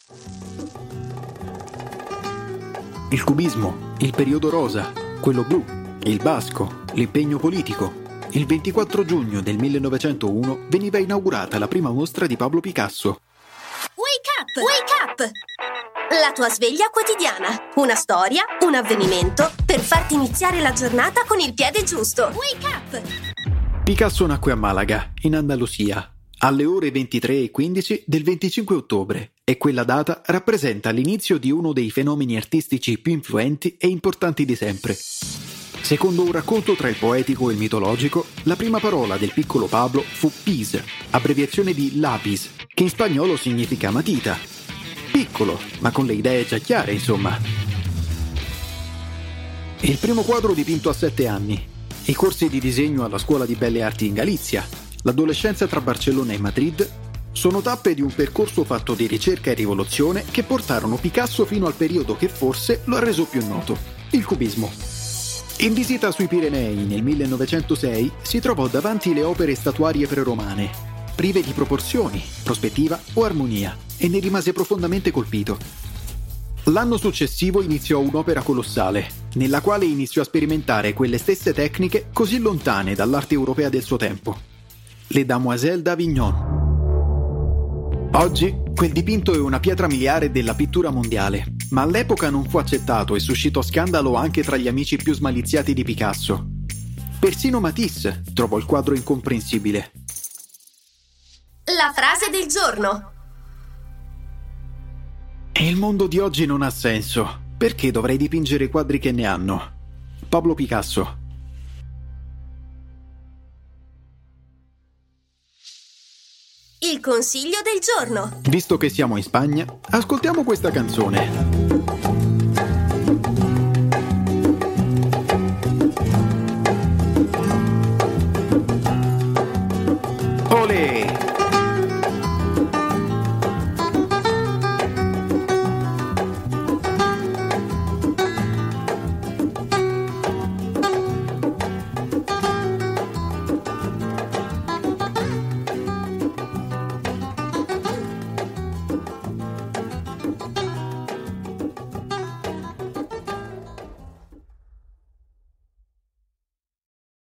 Il cubismo, il periodo rosa, quello blu, il basco, l'impegno politico. Il 24 giugno del 1901 veniva inaugurata la prima mostra di Pablo Picasso. Wake up! Wake up! La tua sveglia quotidiana. Una storia, un avvenimento per farti iniziare la giornata con il piede giusto. Wake up! Picasso nacque a Malaga, in Andalusia, alle ore 23:15 del 25 ottobre e quella data rappresenta l'inizio di uno dei fenomeni artistici più influenti e importanti di sempre. Secondo un racconto tra il poetico e il mitologico, la prima parola del piccolo Pablo fu pis, abbreviazione di lapis, che in spagnolo significa matita. Piccolo, ma con le idee già chiare, insomma. Il primo quadro dipinto a 7 anni, i corsi di disegno alla Scuola di Belle Arti in Galizia, l'adolescenza tra Barcellona e Madrid, sono tappe di un percorso fatto di ricerca e rivoluzione che portarono Picasso fino al periodo che forse lo ha reso più noto, il cubismo. In visita sui Pirenei nel 1906 si trovò davanti le opere statuarie preromane, prive di proporzioni, prospettiva o armonia, e ne rimase profondamente colpito. L'anno successivo iniziò un'opera colossale, nella quale iniziò a sperimentare quelle stesse tecniche così lontane dall'arte europea del suo tempo. Le Demoiselles d'Avignon. Oggi quel dipinto è una pietra miliare della pittura mondiale, ma all'epoca non fu accettato e suscitò scandalo anche tra gli amici più smaliziati di Picasso. Persino Matisse trovò il quadro incomprensibile. La frase del giorno. Il mondo di oggi non ha senso. Perché dovrei dipingere quadri che ne hanno? Pablo Picasso. Il consiglio del giorno. Visto che siamo in Spagna, ascoltiamo questa canzone. Olè!